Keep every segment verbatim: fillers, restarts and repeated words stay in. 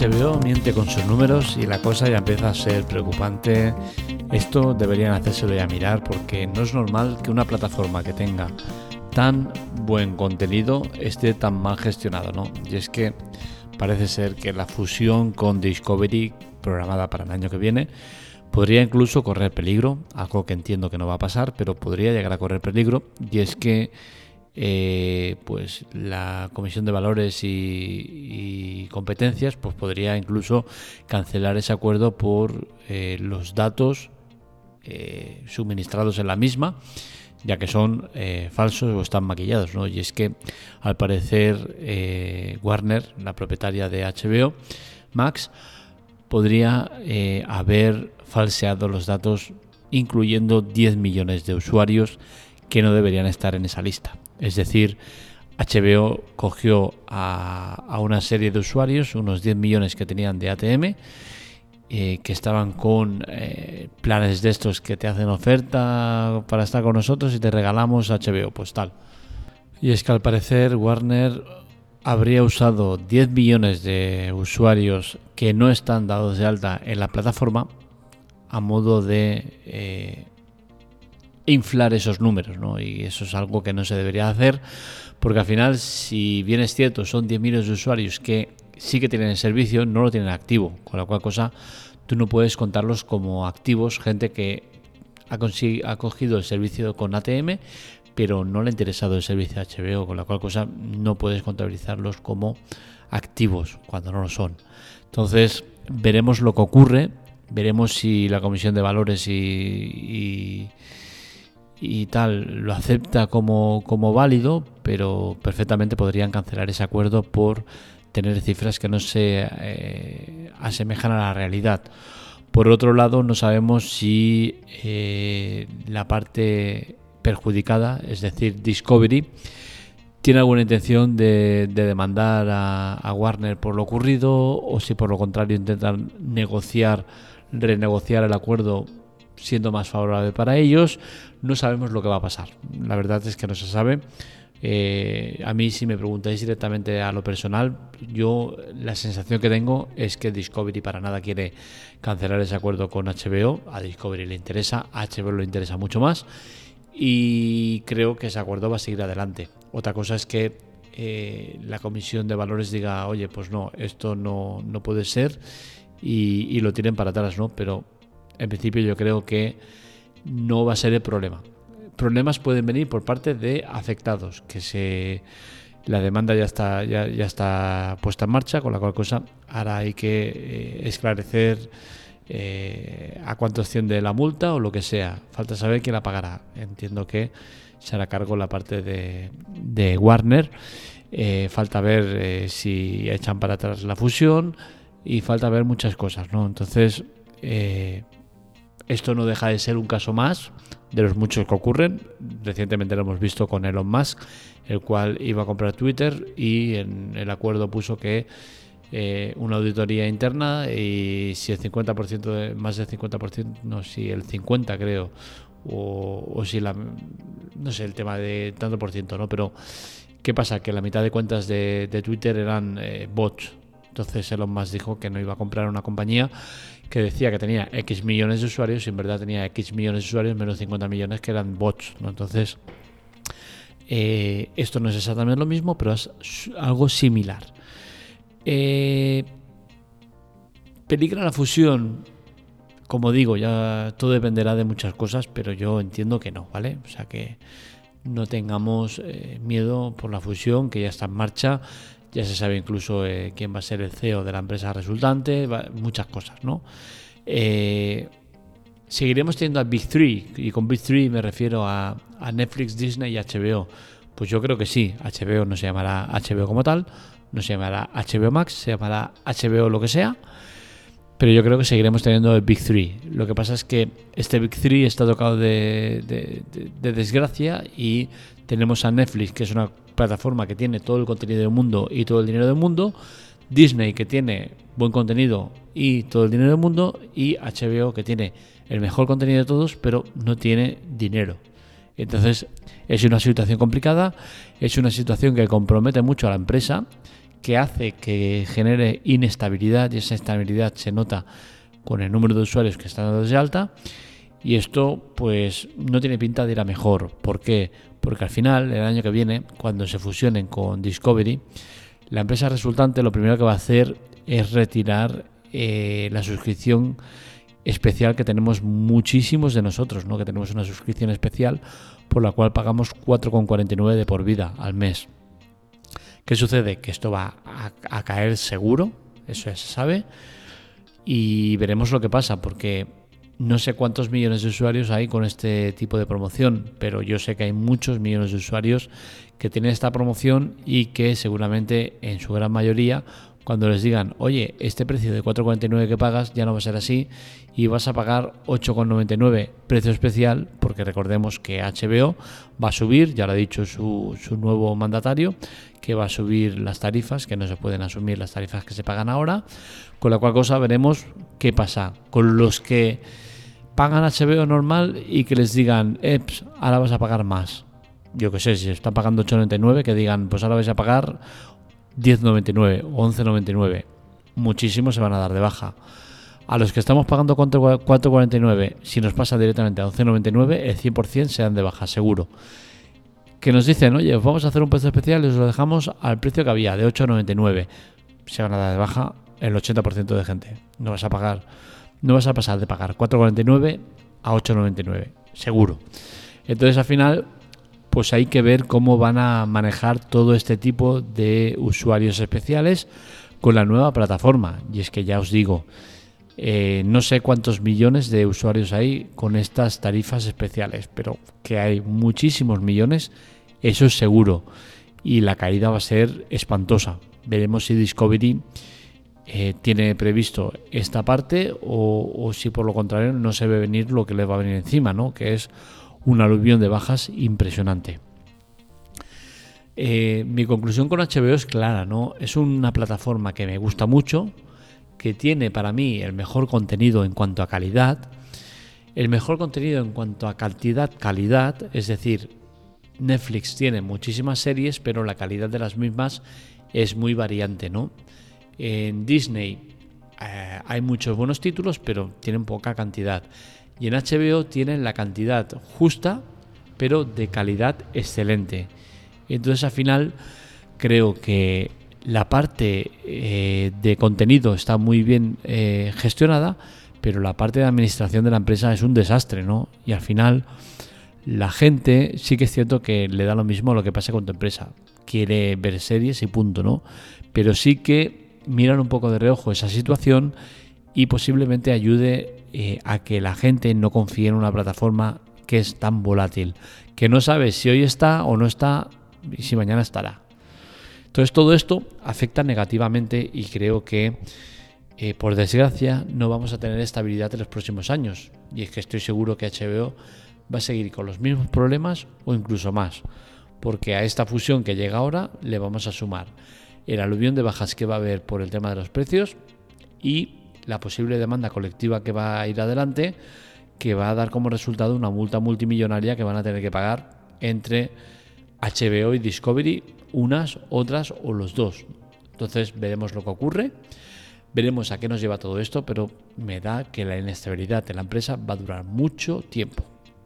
H B O miente con sus números y la cosa ya empieza a ser preocupante. Esto deberían hacérselo ya mirar, porque no es normal que una plataforma que tenga tan buen contenido esté tan mal gestionada, ¿no? Y es que parece ser que la fusión con Discovery, programada para el año que viene, podría incluso correr peligro, algo que entiendo que no va a pasar, pero podría llegar a correr peligro. Y es que eh, pues la Comisión de Valores y, y Competencias pues podría incluso cancelar ese acuerdo por eh, los datos eh, suministrados en la misma, ya que son eh, falsos o están maquillados, ¿no? Y es que al parecer eh, Warner, la propietaria de H B O Max, podría eh, haber falseado los datos, incluyendo diez millones de usuarios que no deberían estar en esa lista. Es decir, H B O cogió a, a una serie de usuarios, unos diez millones que tenían de A T M, eh, que estaban con eh, planes de estos que te hacen oferta para estar con nosotros y te regalamos H B O, pues tal. Y es que al parecer Warner habría usado diez millones de usuarios que no están dados de alta en la plataforma a modo de eh, inflar esos números, ¿no? Y eso es algo que no se debería hacer, porque al final, si bien es cierto, son diez millones de usuarios que sí que tienen el servicio, no lo tienen activo, con la cual cosa tú no puedes contarlos como activos, gente que ha, ha cogido el servicio con A T M, pero no le ha interesado el servicio de H B O, con la cual cosa no puedes contabilizarlos como activos cuando no lo son. Entonces veremos lo que ocurre, veremos si la Comisión de Valores y, y, y tal lo acepta como, como válido, pero perfectamente podrían cancelar ese acuerdo por tener cifras que no se eh, asemejan a la realidad. Por otro lado, no sabemos si eh, la parte perjudicada, es decir, Discovery, tiene alguna intención de, de demandar a, a Warner por lo ocurrido, o si por lo contrario intentan negociar, renegociar el acuerdo siendo más favorable para ellos. No sabemos lo que va a pasar. La verdad es que no se sabe. Eh, a mí, si me preguntáis directamente a lo personal, yo la sensación que tengo es que Discovery para nada quiere cancelar ese acuerdo con H B O. A Discovery le interesa, a H B O le interesa mucho más, y creo que ese acuerdo va a seguir adelante. Otra cosa es que eh, la Comisión de Valores diga, oye, pues no, esto no, no puede ser, y, y lo tiren para atrás, ¿no? Pero en principio yo creo que no va a ser el problema. Problemas pueden venir por parte de afectados, que se la demanda ya está ya, ya está puesta en marcha, con la cual cosa ahora hay que eh, esclarecer eh, a cuánto asciende la multa o lo que sea. Falta saber quién la pagará. Entiendo que se hará cargo la parte de, de Warner. Eh, falta ver eh, si echan para atrás la fusión, y falta ver muchas cosas, ¿no? Entonces eh, esto no deja de ser un caso más de los muchos que ocurren. Recientemente lo hemos visto con Elon Musk, el cual iba a comprar Twitter y en el acuerdo puso que eh, una auditoría interna, y si el cincuenta por ciento, de, más del cincuenta por ciento, no, si el cincuenta creo, o, o si la, no sé, el tema de tanto por ciento, ¿no? Pero ¿qué pasa? Que la mitad de cuentas de, de Twitter eran eh, bots. Entonces Elon Musk dijo que no iba a comprar una compañía que decía que tenía X millones de usuarios, y en verdad tenía X millones de usuarios menos cincuenta millones que eran bots, ¿no? Entonces eh, esto no es exactamente lo mismo, pero es algo similar. Eh, ¿Peligra la fusión? Como digo, ya todo dependerá de muchas cosas, pero yo entiendo que no, ¿vale? O sea, que no tengamos eh, miedo por la fusión, que ya está en marcha. Ya se sabe incluso eh, quién va a ser el C E O de la empresa resultante, va, muchas cosas, ¿no? Eh, seguiremos teniendo a Big Three, y con Big Three me refiero a, a Netflix, Disney y H B O. Pues yo creo que sí. H B O no se llamará H B O como tal, no se llamará H B O Max, se llamará H B O lo que sea, pero yo creo que seguiremos teniendo el Big Three. Lo que pasa es que este Big Three está tocado de, de, de, de desgracia, y tenemos a Netflix, que es una plataforma que tiene todo el contenido del mundo y todo el dinero del mundo, Disney, que tiene buen contenido y todo el dinero del mundo, y H B O, que tiene el mejor contenido de todos pero no tiene dinero. Entonces es una situación complicada, es una situación que compromete mucho a la empresa, que hace que genere inestabilidad, y esa inestabilidad se nota con el número de usuarios que están dados de alta, y esto pues no tiene pinta de ir a mejor. ¿Por qué? Porque al final, el año que viene, cuando se fusionen con Discovery, la empresa resultante lo primero que va a hacer es retirar eh, la suscripción especial que tenemos muchísimos de nosotros, ¿no? Que tenemos una suscripción especial por la cual pagamos cuatro con cuarenta y nueve de por vida al mes. ¿Qué sucede? Que esto va a, a caer seguro, eso ya se sabe, y veremos lo que pasa, porque no sé cuántos millones de usuarios hay con este tipo de promoción, pero yo sé que hay muchos millones de usuarios que tienen esta promoción y que seguramente en su gran mayoría, cuando les digan, oye, este precio de cuatro con cuarenta y nueve que pagas ya no va a ser así y vas a pagar ocho con noventa y nueve, precio especial, porque recordemos que H B O va a subir, ya lo ha dicho su, su nuevo mandatario, que va a subir las tarifas, que no se pueden asumir las tarifas que se pagan ahora, con la cual cosa veremos qué pasa con los que pagan H B O normal y que les digan, eps, ahora vas a pagar más. Yo que sé, si están pagando ocho con noventa y nueve, que digan, pues ahora vais a pagar diez con noventa y nueve o once con noventa y nueve. Muchísimos se van a dar de baja. A los que estamos pagando cuatro con cuarenta y nueve, si nos pasa directamente a once con noventa y nueve, el cien por ciento se dan de baja, seguro. Que nos dicen, oye, vamos a hacer un precio especial y os lo dejamos al precio que había, de ocho con noventa y nueve. Se van a dar de baja el ochenta por ciento de gente. No vas a pagar, no vas a pasar de pagar cuatro con cuarenta y nueve a ocho con noventa y nueve, seguro. Entonces, al final, pues hay que ver cómo van a manejar todo este tipo de usuarios especiales con la nueva plataforma. Y es que ya os digo, eh, no sé cuántos millones de usuarios hay con estas tarifas especiales, pero que hay muchísimos millones, eso es seguro. Y la caída va a ser espantosa. Veremos si Discovery eh, tiene previsto esta parte o, o si por lo contrario no se ve venir lo que le va a venir encima, ¿no? Que es un aluvión de bajas impresionante. Eh, mi conclusión con H B O es clara, ¿no? Es una plataforma que me gusta mucho, que tiene para mí el mejor contenido en cuanto a calidad, el mejor contenido en cuanto a cantidad-calidad, es decir, Netflix tiene muchísimas series, pero la calidad de las mismas es muy variante, ¿no? En Disney eh, hay muchos buenos títulos, pero tienen poca cantidad. Y en H B O tienen la cantidad justa, pero de calidad excelente. Entonces, al final, creo que la parte eh, de contenido está muy bien eh, gestionada, pero la parte de administración de la empresa es un desastre, ¿no? Y al final, la gente sí que es cierto que le da lo mismo a lo que pasa con tu empresa. Quiere ver series y punto, ¿no? Pero sí que miran un poco de reojo esa situación y posiblemente ayude eh, a que la gente no confíe en una plataforma que es tan volátil, que no sabes si hoy está o no está y si mañana estará. Entonces todo esto afecta negativamente y creo que eh, por desgracia no vamos a tener estabilidad en los próximos años, y es que estoy seguro que H B O va a seguir con los mismos problemas o incluso más, porque a esta fusión que llega ahora le vamos a sumar el aluvión de bajas que va a haber por el tema de los precios y la posible demanda colectiva que va a ir adelante, que va a dar como resultado una multa multimillonaria que van a tener que pagar entre H B O y Discovery, unas, otras o los dos. Entonces veremos lo que ocurre, veremos a qué nos lleva todo esto, pero me da que la inestabilidad de la empresa va a durar mucho tiempo.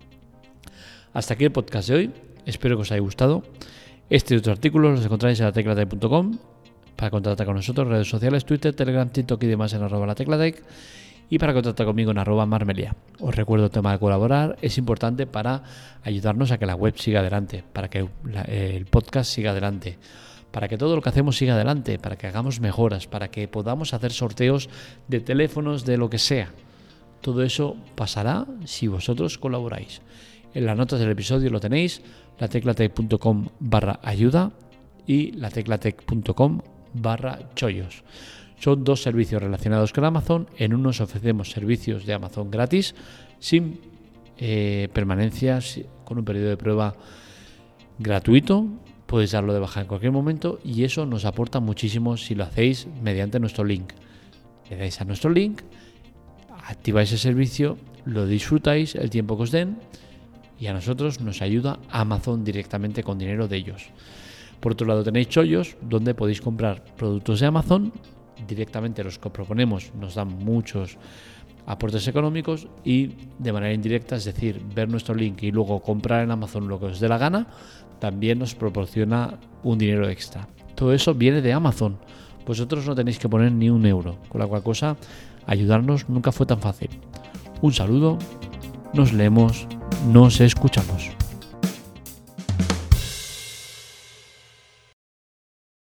Hasta aquí el podcast de hoy, espero que os haya gustado. Este y otros artículos los encontráis en la tecla tech punto com. Para contactar con nosotros, redes sociales, Twitter, Telegram, TikTok y demás en arroba la teclatec, y para contactar conmigo en arroba marmelia. Os recuerdo el tema de colaborar, es importante para ayudarnos a que la web siga adelante, para que la, el podcast siga adelante, para que todo lo que hacemos siga adelante, para que hagamos mejoras, para que podamos hacer sorteos de teléfonos, de lo que sea. Todo eso pasará si vosotros colaboráis. En las notas del episodio lo tenéis, la teclatec punto com barra ayuda y la teclatec punto com barra chollos. Son dos servicios relacionados con Amazon. En uno os ofrecemos servicios de Amazon gratis, sin eh, permanencias, con un periodo de prueba gratuito. Podéis darlo de baja en cualquier momento y eso nos aporta muchísimo si lo hacéis mediante nuestro link. Le dais a nuestro link, activáis el servicio, lo disfrutáis el tiempo que os den y a nosotros nos ayuda Amazon directamente con dinero de ellos. Por otro lado tenéis Chollos, donde podéis comprar productos de Amazon, directamente los que proponemos nos dan muchos aportes económicos y de manera indirecta, es decir, ver nuestro link y luego comprar en Amazon lo que os dé la gana, también nos proporciona un dinero extra. Todo eso viene de Amazon. Vosotros no tenéis que poner ni un euro, con la cual cosa ayudarnos nunca fue tan fácil. Un saludo, nos leemos, nos escuchamos.